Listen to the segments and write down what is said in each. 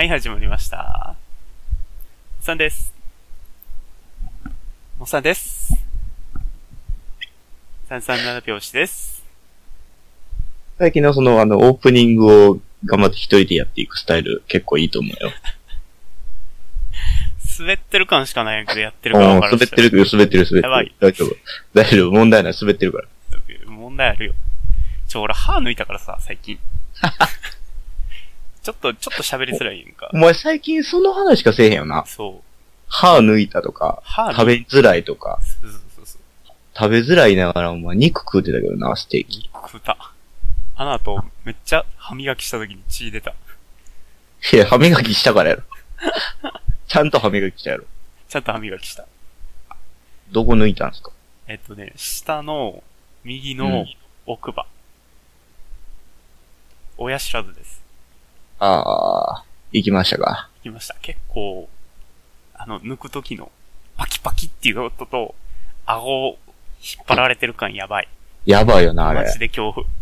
はい、始まりました。もさんです。もさんです。337拍子です。 最近のオープニングを頑張って一人でやっていくスタイル結構いいと思うよ。 滑ってる感しかないんやけど、やってるか分からん。 滑ってる。 やばい。 大丈夫。問題ない、滑ってるから。 問題あるよ。俺歯抜いたからさ、最近。ちょっと喋りづらいんか。 お前最近その話しかせえへんよな。 そう。 歯抜いたとか、食べづらいとか。 そう。 食べづらいながらお前肉食うてたけどな、ステーキ。 肉食った。あの後、めっちゃ歯磨きした時に血出た。 いや、歯磨きしたからやろ。ちゃんと歯磨きしたやろ。 ちゃんと歯磨きした。 どこ抜いたんすか？ 下の右の奥歯。親知らずです。 行きましたか。 行きました。結構、抜く時のパキパキっていう音と、顎を引っ張られてる感やばい。 やばいよな、あれ。 マジで恐怖。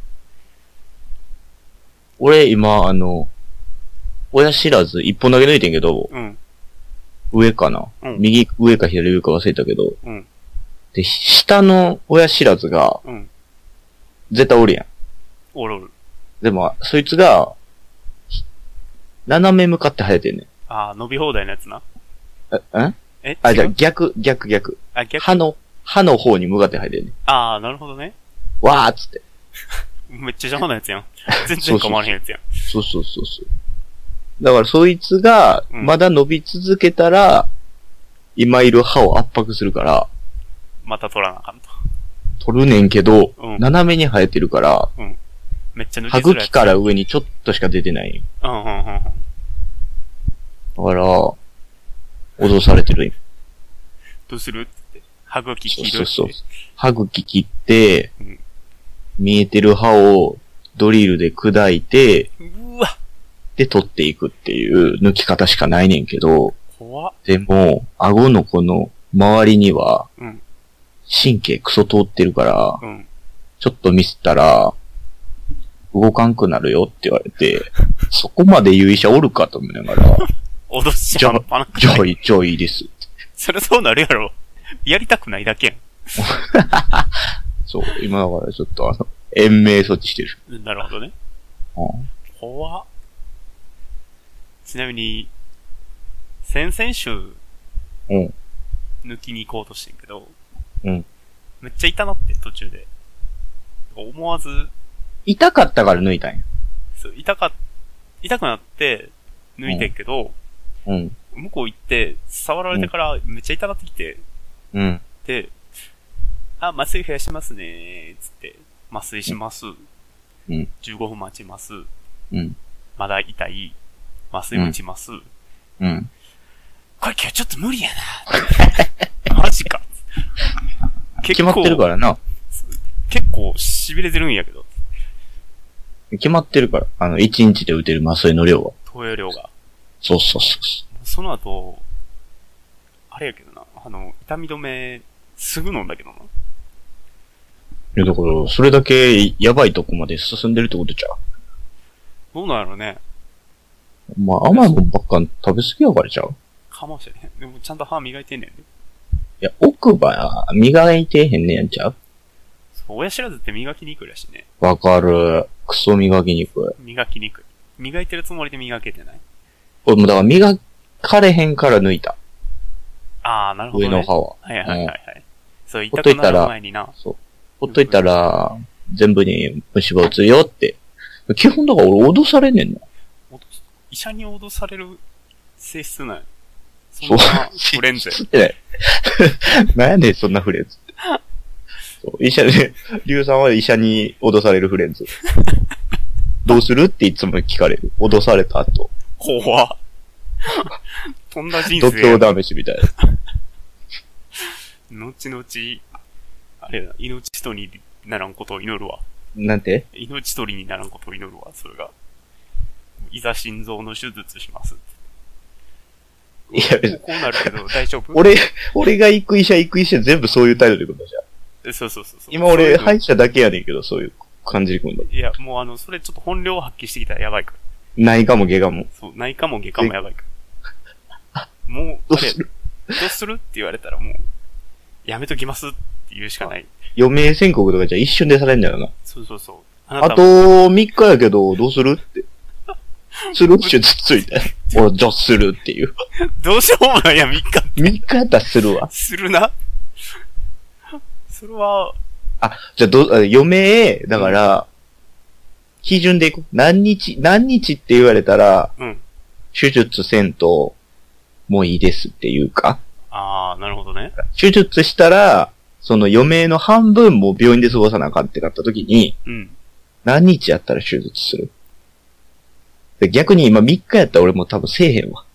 俺今、親知らず一本だけ抜いてんけど、 うん。 上かな、 うん、 右上か左上か忘れたけど、 うん。 で、下の親知らずが、 うん。 絶対おるやん。 おる。 でも、そいつが、斜め向かって生えてんねん。 伸び放題のやつな。 じゃあ逆。 逆。 歯の方に向かって生えてんねん。 なるほどね。 わーっつって。 めっちゃ邪魔なやつやん。全然構わへんやつやん。 そう。だからそいつが、まだ伸び続けたら、今いる歯を圧迫するから、 また取らなあかんと。 取るねんけど、斜めに生えてるから、 めっちゃ抜きづらい。 歯茎から上にちょっとしか出てない。だから、脅されてる。 どうするって。歯茎切る。 そう。歯茎切って、見えてる歯をドリルで砕いて、 うわで取っていくっていう抜き方しかないねんけど、 怖っ。 でも、顎のこの周りには、神経クソ通ってるから、ちょっとミスったら、動かんくなるよって言われて、そこまで言う医者おるかと思いながら、 脅し半端なくない？ じゃあいいです。 そりゃそうなるやろ。やりたくないだけやん。 そう、今だからちょっと延命措置してる。 なるほどね。怖っ。ちなみに、先々週、抜きに行こうとしてんけど、めっちゃ痛なって途中で。思わず、 痛かったから抜いたんや。 そう、痛くなって、抜いてんけど、向こう行って、触られてからめっちゃ痛なってきて、で、麻酔増やしますねつって、麻酔します。15分待ちます。まだ痛い。麻酔打ちます。これ今日ちょっと無理やな。マジか。 決まってるからな。 結構痺れてるんやけど。 決まってるから。1日で打てる麻酔の量は。 投与量が。 そう。 その後、あれやけどな。痛み止め、すぐ飲んだけどな。 いや、だから、それだけやばいとこまで進んでるってことちゃう？ どうなんやろね。 甘いもんばっか食べ過ぎやからちゃう？ かもしれへん。でもちゃんと歯磨いてんねんで。 いや、奥歯磨いてへんねやんちゃう？ そう、親知らずって磨きにくいらしいね。 わかる。クソ磨きにくい。 磨きにくい。磨いてるつもりで磨けてない。 俺もだから磨かれへんから抜いた。 なるほど、ね。 上の歯は。 はい。そう、痛くなる前にな。 そう。ほっといたら、全部に虫歯打つよって。基本だから俺脅されんねんな。 医者に脅される性質ない。そんなフレンズ。 なんやねん、そんなフレンズって。医者で、リュウさんは医者に脅されるフレンズ。どうするっていつも聞かれる。脅された後。 怖っ。とんだ人生。 度胸試しみたいな。 後々、あれだ、命取りにならんことを祈るわ。 なんて？ 命取りにならんことを祈るわ、それが。いざ心臓の手術します。 いや、 こうなるけど大丈夫？ 俺が行く医者全部そういう態度で来るんだじゃん。 そう。 今俺、歯医者だけやねんけど、そういう感じで来るんだ。 いや、もうそれちょっと本領を発揮してきたらやばいから。 内科も外科も。 そう、 内科も外科もやばいから。もう、どうするって言われたらもう、やめときますって言うしかない。 余命宣告とかじゃ一瞬でされんだよな。 そうそうそう。 あと3日やけど、どうするって。する手術ついて。俺、じゃあするっていう。 どうしようもないや、3日。 3日やったらするわ。 するな。それは、 じゃあ余命、だから、基準でいく。何日って言われたら、手術せんと、もういいですっていうか。 なるほどね。 手術したら、その余命の半分も病院で過ごさなあかんってなった時に、何日やったら手術する？で逆に今3日やったら俺も多分せえへんわ。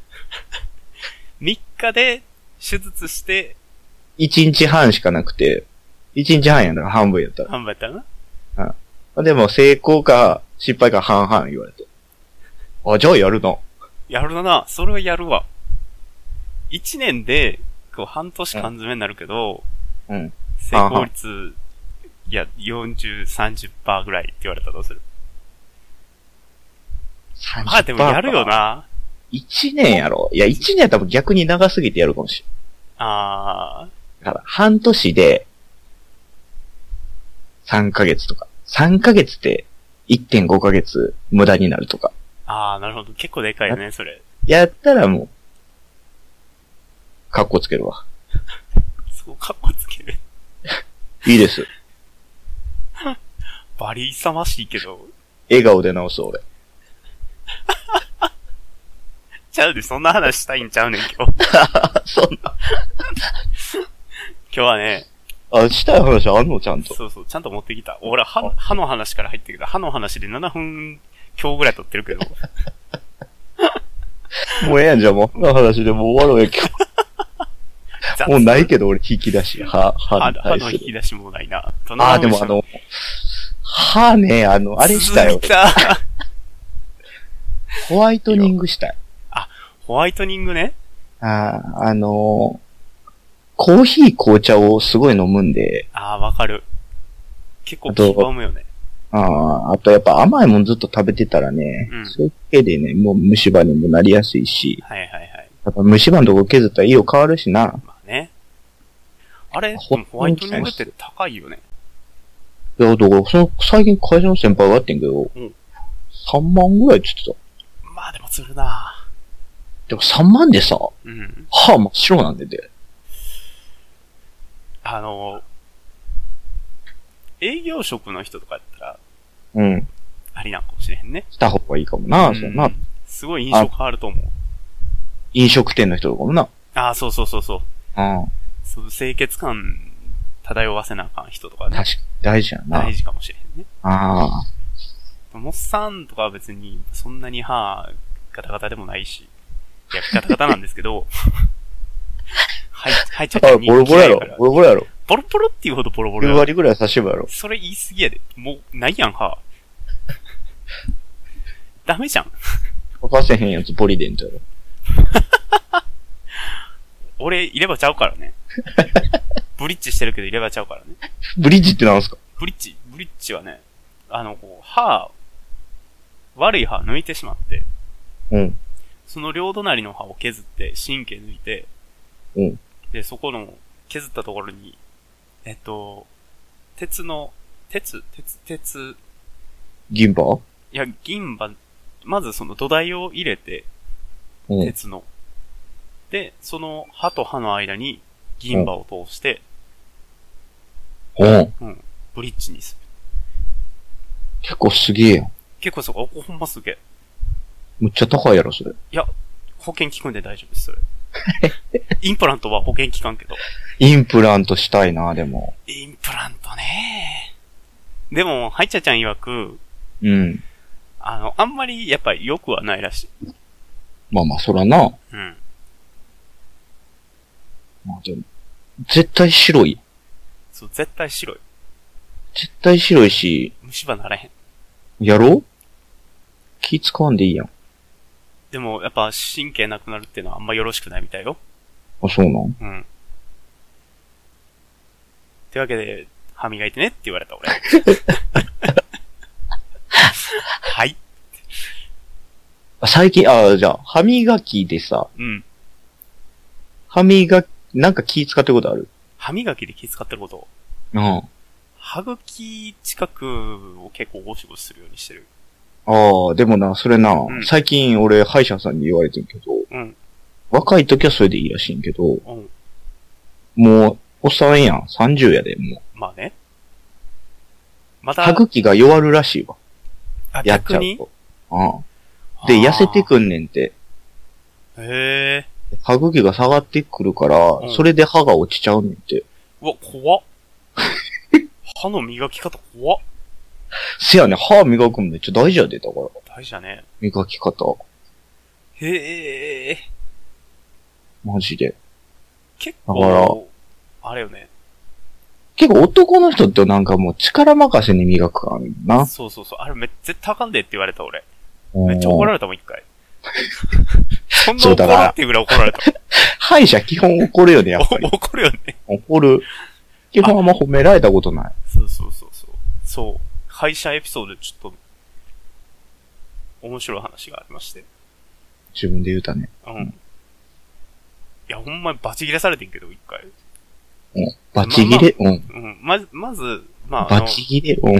3日で手術して、 1日半しかなくて、1日半やな、半分やったら。 半分やったらな。でも成功か失敗か半々言われて。じゃあやるな。 やるな。それはやるわ。1年で、半年間詰めになるけど、成功率、いや、40、30% ぐらいって言われたらどうする？でもやるよな。 1年やろ。いや、1年やったら逆に長すぎてやるかもしれん。だから、半年で、3ヶ月とか。3ヶ月って、1.5 ヶ月無駄になるとか。 なるほど。結構でかいよね、それ。 やったらもう、カッコつけるわ。 そう、カッコつける。 いいです。 バリ勇ましいけど。 笑顔で直す、俺。 ちゃうで、そんな話したいんちゃうねん、今日。 そんな。 今日はね。 したい話あんのちゃんと。 そうそう、ちゃんと持ってきた。俺、歯の話から入ってきた。歯の話で7分今日ぐらい撮ってるけど。 もうええやんじゃん、もう。歯の話でもう終わろうや、今日。もうないけど、俺、引き出し。歯の引き出しもないな。 でも歯ね、あれしたよ。ホワイトニングしたい。 ホワイトニングね。 コーヒー紅茶をすごい飲むんで。 わかる。結構気がむよね。 あとやっぱ甘いもんずっと食べてたらね、そういう系でね、もう虫歯にもなりやすいし。やっぱ虫歯のとこ削ったら色変わるしな。 まあね。あれ、ホワイトニングって高いよね。 いや、だから、最近会社の先輩があってんけど、3万ぐらいって言ってた。まあでもするな。 でも3万でさ、歯真っ白なんでて。 営業職の人とかやったら、ありなんかもしれへんね。 した方がいいかもな、そんな。 すごい印象変わると思う。 飲食店の人とかもな。 そう。そう、清潔感漂わせなあかん人とかね。 確かに、大事やな。 大事かもしれへんね。モッサンとかは別に、そんなに歯、ガタガタでもないし。いや、ガタガタなんですけど、はい、ちゃったに。 ボロボロやろ。ボロボロやろ。 ボロボロっていうほどボロボロやろ。 9割ぐらい差し歯やろ。 それ言い過ぎやで。もう、ないやん、歯。ダメじゃん。 溶かせへんやつ、ポリデントやろ。 俺、入れ歯ちゃうからね。ブリッジしてるけど入れ歯ちゃうからね。 ブリッジってなんすか？ ブリッジはね、悪い歯抜いてしまって、その両隣の歯を削って神経抜いて、で、そこの削ったところに、 銀歯？ いや、銀歯、まずその土台を入れて、鉄の。で、その歯と歯の間に銀歯を通して、ブリッジにする。 結構すげえやん。 結構ほんますげえ。 むっちゃ高いやろ、それ。 いや、保険効くんで大丈夫です、それ。インプラントは保険効かんけど。 インプラントしたいな、でも。 インプラントね。でも、ハイチャちゃん曰く、あんまりやっぱり良くはないらしい。 まあ、そらな。まあでも、絶対白い。 そう、絶対白い。 絶対白いし。 虫歯ならへん。 やろう？気使わんでいいやん。 でも、やっぱ神経なくなるっていうのはあんまよろしくないみたいよ。 そうなん？ ってわけで、歯磨いてねって言われた俺。はい。 最近、じゃあ、歯磨きでさ、 うん。 なんか気使ってることある？ 歯磨きで気使ってること？ うん。 歯茎近くを結構ゴシゴシするようにしてる。 でもな、それな、うん、最近俺歯医者さんに言われてるけど、うん。若い時はそれでいいらしいんけど、うん。もう、おっさんやん。30やで、もう。まあね。また。 歯茎が弱るらしいわ。やっちゃうと。うん。で、痩せてくんねんて。 へー。歯茎が下がってくるから、うん、それで歯が落ちちゃうねんて。 うわ、怖っ。歯の磨き方怖っ。 せやね、歯磨くのめっちゃ大事やで、だから。 大事だね。 磨き方。 へえ。 マジで。 結構、あれよね。 結構男の人ってなんかもう力任せに磨くからな。 そう。あれ絶対あかんでって言われた俺。めっちゃ怒られたもん、一回。そんな怒られっていうぐらい怒られた。 歯医者基本怒るよね、やっぱり。 怒るよね。 怒る。基本はあんま褒められたことない。 そう。歯医者エピソードでちょっと、面白い話がありまして。 自分で言うたね。 うん。いや、ほんまにバチ切れされてんけど、一回。 うん。バチ切れ、うん。 まず、 バチ切れ、うん。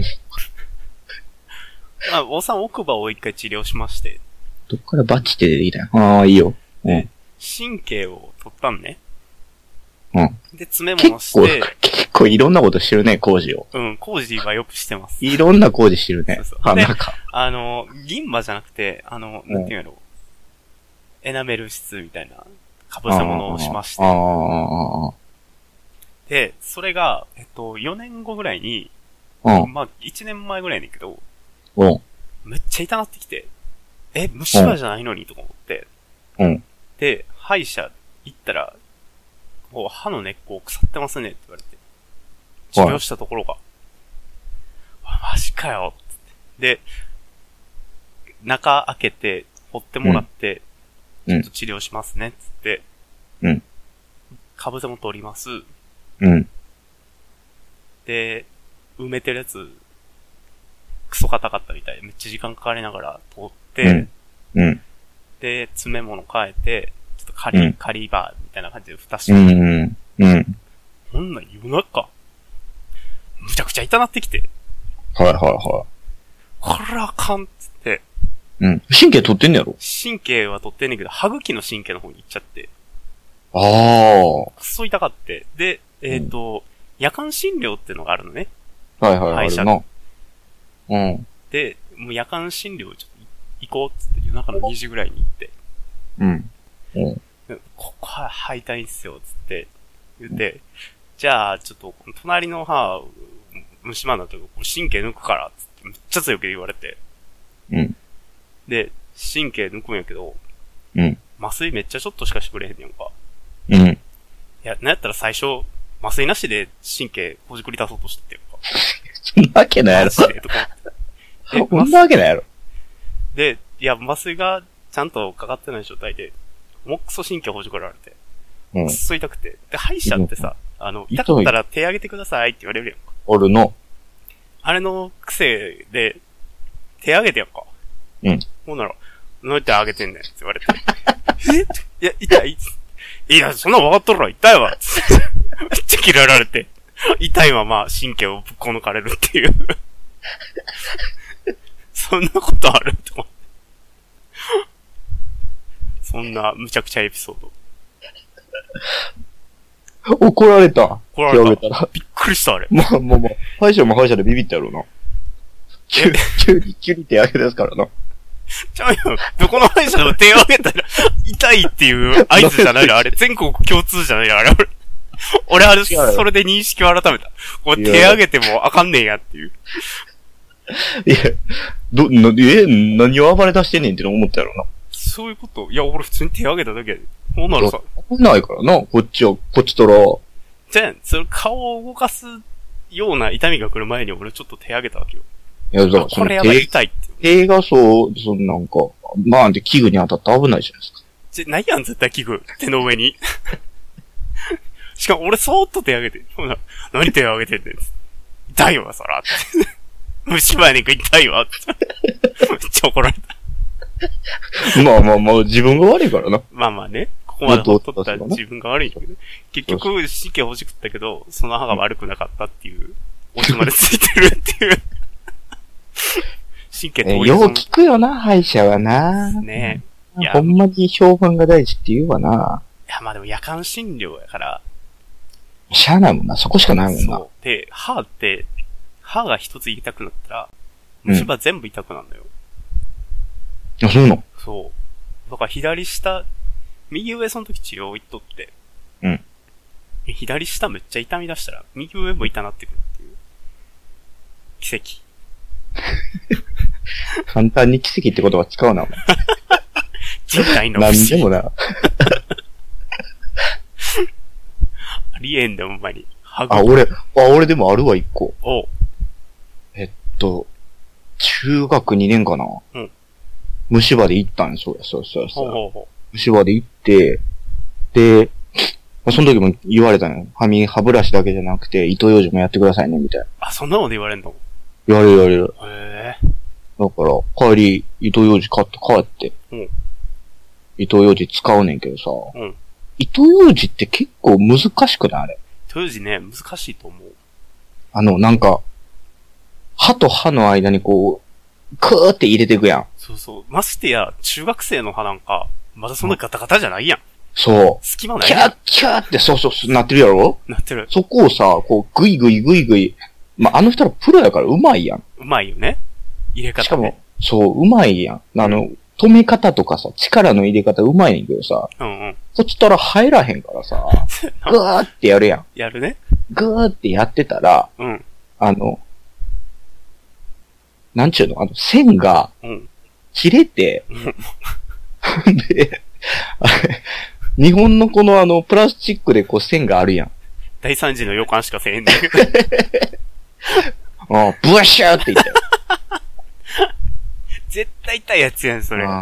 お産奥歯を一回治療しまして。 どっからバチって出てきたよ。いいよ。うん。 神経を取ったんね。 うん。 で、詰め物して。 結構いろんなことしてるね、工事を。 うん、工事はよくしてます。 いろんな工事してるね。 そう。 なんか。 銀歯じゃなくて、なんていうんやろ。エナメル質みたいな、被せ物をしまして。で、それが、4年後ぐらいに、まあ、1年前ぐらいにけど、めっちゃ痛なってきて、虫歯じゃないのにとか思って、で、歯医者行ったら、歯の根っこ腐ってますねって言われて、治療したところが、マジかよって。で、中開けて、掘ってもらって、ちょっと治療しますねっつって、かぶせも取ります。で、埋めてるやつ、クソ硬かったみたい。めっちゃ時間かかりながら通って、で、詰め物変えて、ちょっとカリバーみたいな感じで蓋して、ほんなら夜中、むちゃくちゃ痛なってきて。 これあかんっつって。 神経取ってんねやろ？ 神経は取ってんねんけど、歯茎の神経の方に行っちゃって。くそ痛かって。で、夜間診療っていうのがあるのね。 歯医者の。 で、もう夜間診療ちょっと行こうっつって夜中の2時ぐらいに行って。ここは歯痛いんすよっつって言って、じゃあちょっと隣の歯、虫歯になったら神経抜くからっつってめっちゃ強く言われて。で、神経抜くんやけど、麻酔めっちゃちょっとしかしてくれへんねんか。いや、なんやったら最初、麻酔なしで神経ほじくり出そうとしてんか。 そんなわけないやろ。そんなわけないやろ。 で、いや、麻酔がちゃんとかかってない状態で、もっくそ神経ほじくられて、くっそ痛くて。で、歯医者ってさ、痛かったら手挙げてくださいって言われるやんか。 俺の。 あれの癖で、手挙げてやんか。ほんなら、なんで手挙げてんねんって言われて。いや、痛いいや、そんな分かっとるわ、痛いわめっちゃ切られて、痛いまま神経をぶっこ抜かれるっていう。そんなことあると思って。そんなむちゃくちゃエピソード。怒られた。 怒られた。びっくりした、あれ。 まあ、歯医者も歯医者でビビったやろな。急に手上げですからな。 ちゃうよ。どこの歯医者でも手を挙げたら、痛いっていう合図じゃないのあれ。全国共通じゃないのあれ。俺それで認識を改めた。これ手上げてもあかんねんやっていう。 いや、何を暴れ出してんねんって思ったやろな。 そういうこと？いや、俺普通に手上げただけやで。ほんならさ。 ないからな、こっちとら。 じゃあ、それ顔を動かすような痛みが来る前に俺ちょっと手上げたわけよ。 いや、だからこれやばい痛いって。 手がなんか、バーンって器具に当たって危ないじゃないですか。 ないやん、絶対器具。手の上に。しかも俺そーっと手上げて。何手上げてんねん。痛いわ、そら。って。虫歯やねんか痛いわ。って。めっちゃ怒られた。 まあまあまあ、自分が悪いからな。 まあまあね。ここまでほっとったら自分が悪いんだけど、ね、結局、神経欲しくったけど、その歯が悪くなかったっていう、オチまでついてるっていう。神経遠い。 よう聞くよな、歯医者はな。 ねえ。ほんまに評判が大事って言うわな。 いや、まあでも夜間診療やから。 しゃあないもんな、そこしかないもんな。 そう。で、歯が一つ痛くなったら、虫歯全部痛くなるのよ。 あ、そういうの？ そう。だから左下、右上その時治療行っとって。 うん。 左下めっちゃ痛み出したら、右上も痛なってくるっていう。奇跡。 簡単に奇跡って言葉使うな、お前。 人体の不思議。 なんでもな。 ありえんだよ、ほんまに。 俺でもあるわ、一個。 お中学2年かな。 うん。 虫歯で行ったんですよ、そう。 ほう。 虫歯で行って、で、その時も言われたの。歯ブラシだけじゃなくて、糸ようじもやってくださいね、みたいな。 あ、そんなので言われんの？ 言われる。 へだから、帰り、糸ようじ買って帰って。 うん。 糸ようじ使うねんけどさ。 うん。 糸ようじって結構難しくないあれ。 糸ようじね、難しいと思う。 なんか、歯と歯の間にこう、クーって入れていくやん。 そう。ましてや、中学生の歯なんか、まだそんなガタガタじゃないやん。 そう。 隙間ないやん。 キャーって、そう、なってるやろ？ なってる。 そこをさ、こう、ぐいぐい。まあ、あの人らプロやからうまいやん。 うまいよね。入れ方ね。 しかも、そう、うまいやん。止め方とかさ、力の入れ方うまいねんけどさ、 うん。 そっちたら入らへんからさ、ぐーってやるやん。 やるね。 ぐーってやってたら、 うん。 なんちゅうの線が、切れて、で、日本のこのプラスチックでこう線があるやん。 第三次の予感しかせえへんねん。 ブワッシャーって言ったよ。 絶対痛いやつやん、それ。う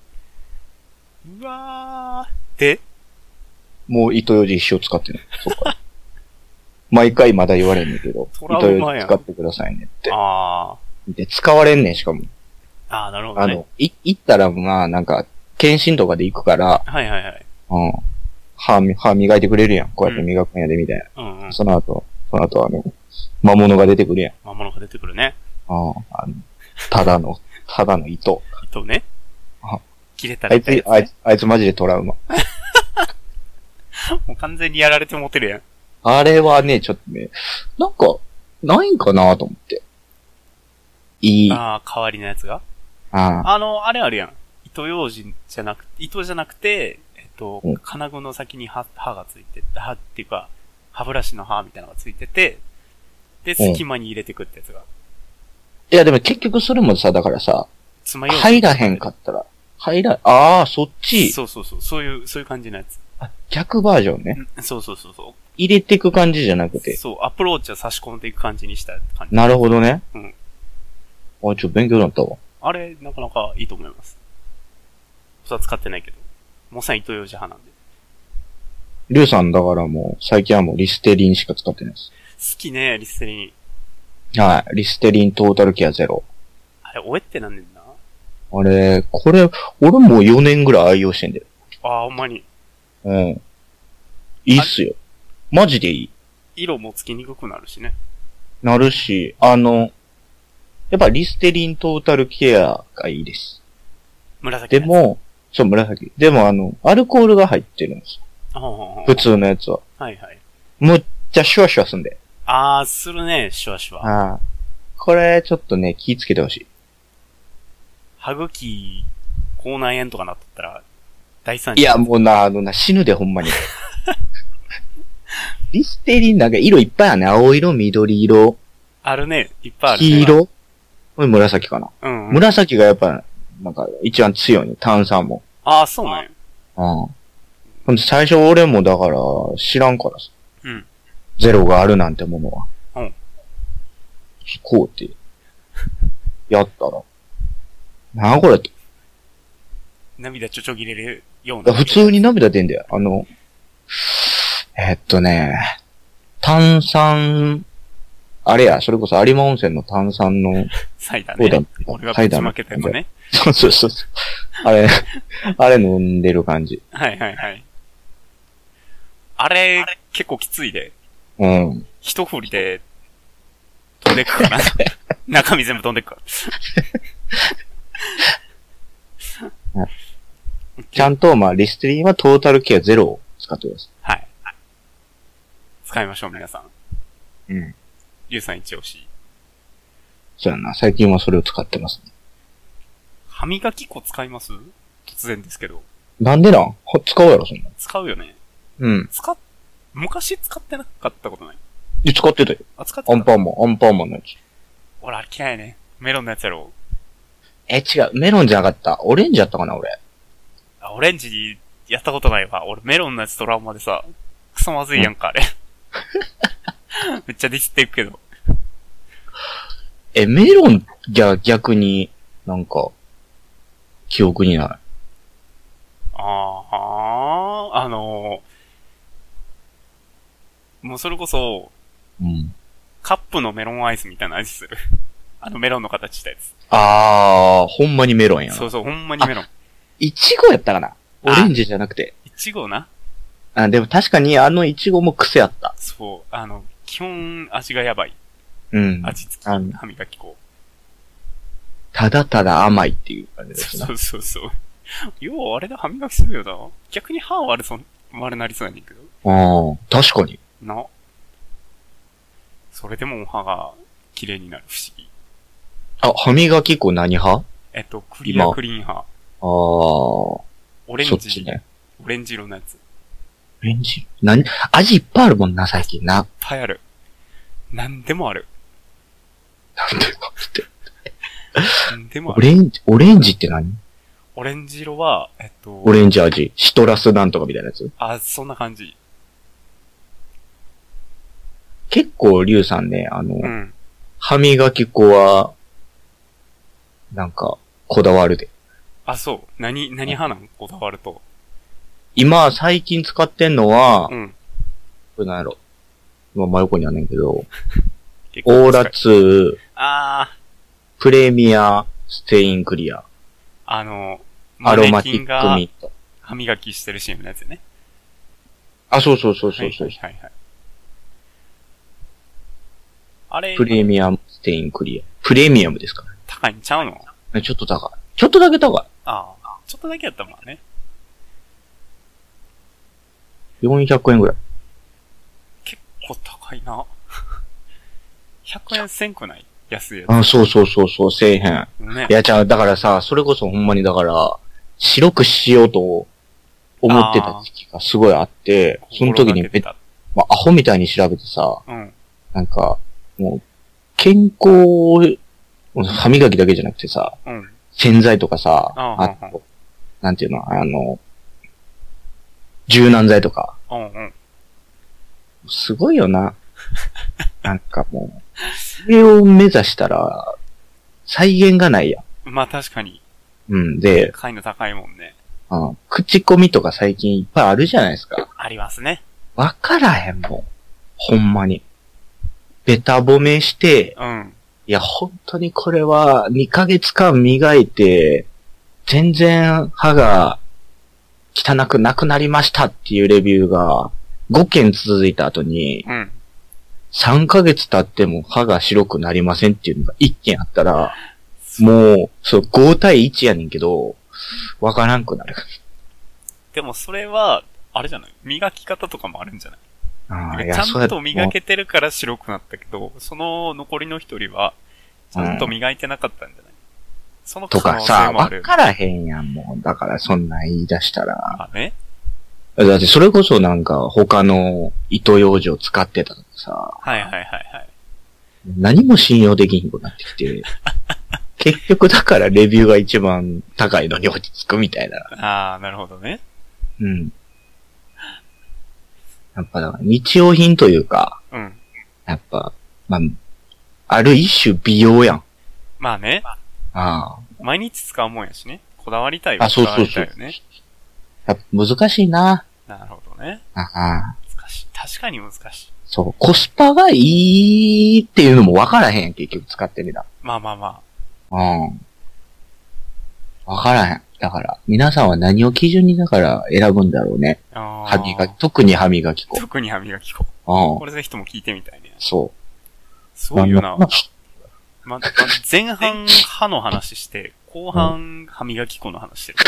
わー。でもう糸ようじ一生使ってない。そっから。毎回まだ言われんねんけど、糸ようじ使ってくださいねって。で、使われんねん、しかも。 なるほどね。 行ったらまあ、なんか、検診とかで行くから、 はい。 歯磨いてくれるやん。こうやって磨くんやで、みたいな。その後、魔物が出てくるやん。 魔物が出てくるね。 ただの糸。 糸ね。切れたら痛いやつね。 あいつマジでトラウマ。 もう完全にやられてモテるやん。 あれはね、ちょっとね、なんか、ないんかなと思って。 代わりのやつがあれあるやん。糸ようじじゃなくて、金具の先に歯がついて、歯っていうか、歯ブラシの歯みたいなのがついてて、で、隙間に入れてくってやつが。 いや、でも結局それもさ、だからさ、入らへんかったら、そっち。 そう。そういう感じのやつ。 逆バージョンね。 そう。 入れていく感じじゃなくて。 そう、アプローチは差し込んでいく感じにした感じ。 なるほどね。 うん。 ちょっと勉強になったわ。 あれ、なかなかいいと思います。それは使ってないけど。もうさん糸ようじ派なんで。 リュウさんだからもう、最近はもうリステリンしか使ってないです。 好きね、リステリン。はい。リステリントータルケアゼロ。 あれ、おえってなんねんな。 これ、俺もう4年ぐらい愛用してんだよ。 ほんまに。 うん。いいっすよ。マジでいい。 色もつきにくくなるしね。 なるし、やっぱリステリントータルケアがいいです。 紫。 でも、そう、紫。でもアルコールが入ってるんですよ。普通のやつは。 はい。 むっちゃシュワシュワすんで。 するね、シュワシュワ。 これ、ちょっとね、気ぃつけてほしい。 歯茎、口内炎とかなっとったら、大惨事。 いや、もうな、死ぬで、ほんまに。リステリンなんか色いっぱいあるね。青色、緑色。 あるね。いっぱいあるね。 黄色。これ紫かな。 うん。 紫がやっぱ、なんか、一番強いね。炭酸も。 そうなんや。 ほんで最初俺もだから、知らんからさ。 うん。 ゼロがあるなんてものは。 うん。 こうって。やったら。なあこれって。 涙ちょちょぎれるような。 普通に涙出んだよ。炭酸あれや、それこそ有馬温泉の炭酸の。 サイダーね。俺がぶちまけたやつね。 そうそうそう。あれ飲んでる感じ。 はいはいはい。あれ、結構きついで。 うん。 一振りで、飛んでくかな。中身全部飛んでくから。 ちゃんと、まあ、リステリンはトータルケア0を使ってます。 はい。使いましょう、皆さん。うん。 リュウさん一押し。 そうやな。最近はそれを使ってますね。 歯磨き粉使います？突然ですけど。 なんでなん使うやろ、そんな。 使うよね。 うん。 昔使ってなかったことない？ 使ってたよ。 あ、使ってた。 アンパンマンのやつ。 俺あれ嫌いね。メロンのやつやろ。 違う。メロンじゃなかった。オレンジやったかな、俺。 あ、オレンジやったことないわ。俺メロンのやつトラウマでさ、クソまずいやんか、あれ。めっちゃディスっていくけど。 メロンじゃ逆に、なんか、記憶にない。 もうそれこそ、 うん。 カップのメロンアイスみたいな味する。メロンの形したやつ。 ほんまにメロンやな。 そうそう、ほんまにメロン。 イチゴやったかな？オレンジじゃなくて。 イチゴな。 でも確かにイチゴも癖あった。 そう、基本味がやばい。 うん。 味付き、歯磨き粉。 ただただ甘いっていう感じですね。 そうそうそう。要はあれで歯磨きするよな。逆に歯悪なりそうやねんけど。確かに。 な。それでも歯が綺麗になる不思議。 歯磨き粉何派？ クリアクリーン派。オレンジ、 ね、 オレンジ色のやつ。 オレンジ味いっぱいあるもんな、最近な。いっぱいある。なんでもある。 なんでもって。 なんでもある。 オレンジって何？ オレンジ色は、 オレンジ味。シトラスなんとかみたいなやつ？ そんな感じ。 結構、リュウさんね、 うん、 歯磨き粉は、なんか、こだわるで。 そう。何派なん？こだわると。 今、最近使ってんのは、 うん。 これなんやろ。今、真横にあんねんけど、オーラ2、プレミア、ステインクリア。 アロマティックミット。 歯磨きしてるシーンのやつよね。 そう。はい。 あれ。 プレミアム、ステインクリア。プレミアムですかね。 高いんちゃうの？ ちょっと高い。ちょっとだけ高い。 ちょっとだけやったもんね。 400円ぐらい。 結構高いな。100円せんくない？安いやつ。 そう、せえへん。 ね。 いや、だからさ、それこそほんまにだから、白くしようと思ってた時期がすごいあって、その時にアホみたいに調べてさ、 うん、 なんか、もう、健康、歯磨きだけじゃなくてさ、 うん、 洗剤とかさ、あと、なんていうの、柔軟剤とか。すごいよな。なんかもう、それを目指したら、再現がないやん。 まあ確かに。 うん、で、 高いの高いもんね。 口コミとか最近いっぱいあるじゃないですか。 ありますね。 わからへんもん。ほんまに。ベタ褒めして、いや、本当にこれは2ヶ月間磨いて、全然歯が汚くなくなりましたっていうレビューが5件続いた後に、3ヶ月経っても歯が白くなりませんっていうのが1件あったら、もう、5対1やねんけど、わからんくなる。 でもそれは、あれじゃない？磨き方とかもあるんじゃない？ちゃんと磨けてるから白くなったけど、その残りの一人は、ちゃんと磨いてなかったんじゃない？その可能性もある。とかさ、わからへんやん、もう。だからそんなん言い出したら。 ね。だってそれこそなんか他の糸ようじを使ってたとかさ。 はい。 何も信用できんくなってきて。結局だからレビューが一番高いのに落ち着くみたいな。 なるほどね。 うん。やっぱだから日用品というか、やっぱ、ある一種美容やん。 まあね。毎日使うもんやしね。こだわりたいはこだわりたいよね。 やっぱ難しいな。 なるほどね。 難しい。確かに難しい。 そう、コスパがいいっていうのも分からへんやん、結局使ってみた。 まあまあまあ。うん。分からへん。だから、皆さんは何を基準にだから選ぶんだろうね。歯磨き、特に歯磨き粉。 特に歯磨き粉。これぜひとも聞いてみたいね。 そう。 すごいよな。前半歯の話して、後半歯磨き粉の話してる。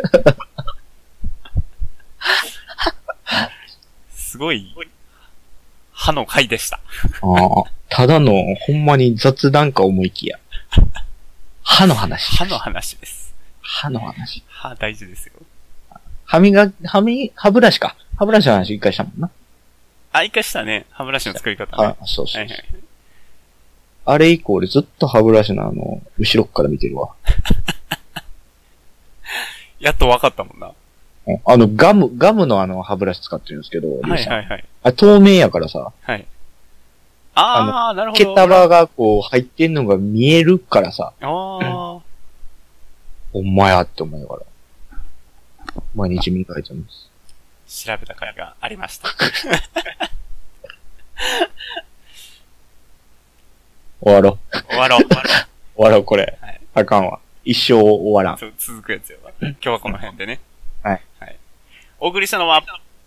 すごい、歯の回でした。 ただの、ほんまに雑談か思いきや。歯の話。 歯の話です。 歯の話。 歯大事ですよ。 歯ブラシか。歯ブラシの話一回したもんな。 一回したね。歯ブラシの作り方ね。 そうそう。あれ以降俺ずっと歯ブラシの後ろから見てるわ。 やっと分かったもんな。 ガムの歯ブラシ使ってるんですけど、 はいはいはい。 透明やからさ。 はい。なるほど。毛束がこう入ってんのが見えるからさ。ほんまやって思いながら。毎日磨いてます。 調べた甲斐がありました。 終わろう、これ。 はい、 あかんわ。一生終わらん。 続くやつよ。今日はこの辺でね。 はい。 はい。お送りしたのは、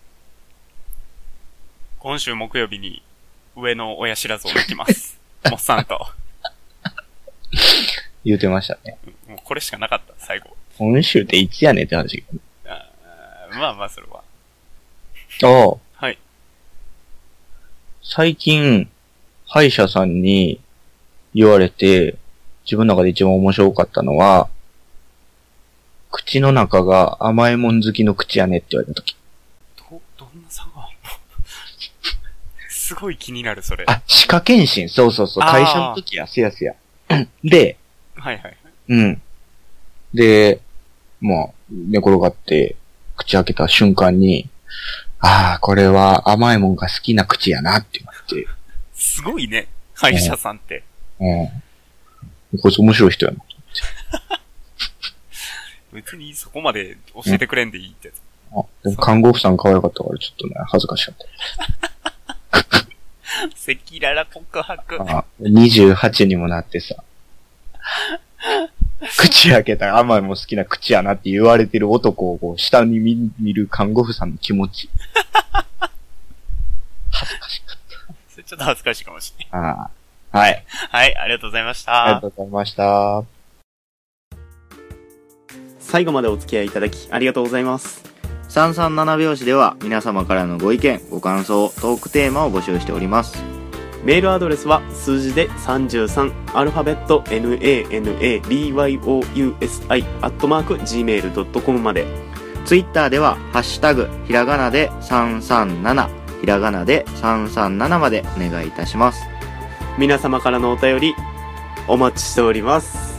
今週木曜日に上の親知らずを抜きます。もっさんと。 言うてましたね。 もうこれしかなかった、最後。 今週っていつやねんって話。 まあまあ、それは。 はい。最近、歯医者さんに言われて、自分の中で一番面白かったのは、口の中が甘いもん好きの口やねって言われたとき。 どんな差がすごい気になる、それ。 歯科検診。そう。会社の時や、せや。で、 はい。 うん。で、寝転がって、口開けた瞬間に、これは甘いもんが好きな口やなって言われて。 すごいね、歯医者さんって。 こいつ面白い人やな。 別にそこまで教えてくれんでいいってやつ。 でも看護婦さん可愛かったからちょっとね、恥ずかしかった。 赤裸々告白。 28にもなってさ。口開けたら甘いもん好きな口やなって言われてる男をこう下に見る看護婦さんの気持ち。恥ずかしかった。 それちょっと恥ずかしいかもしれない。 はい。 はい、ありがとうございました。 ありがとうございました。 最後までお付き合いいただきありがとうございます。 337拍子では皆様からのご意見、ご感想、トークテーマを募集しております。 メールアドレスは数字で33アルファベット nanabyousi@gmail.com まで。 ツイッターではハッシュタグひらがなで337ひらがなで337までお願いいたします。 皆様からのお便りお待ちしております。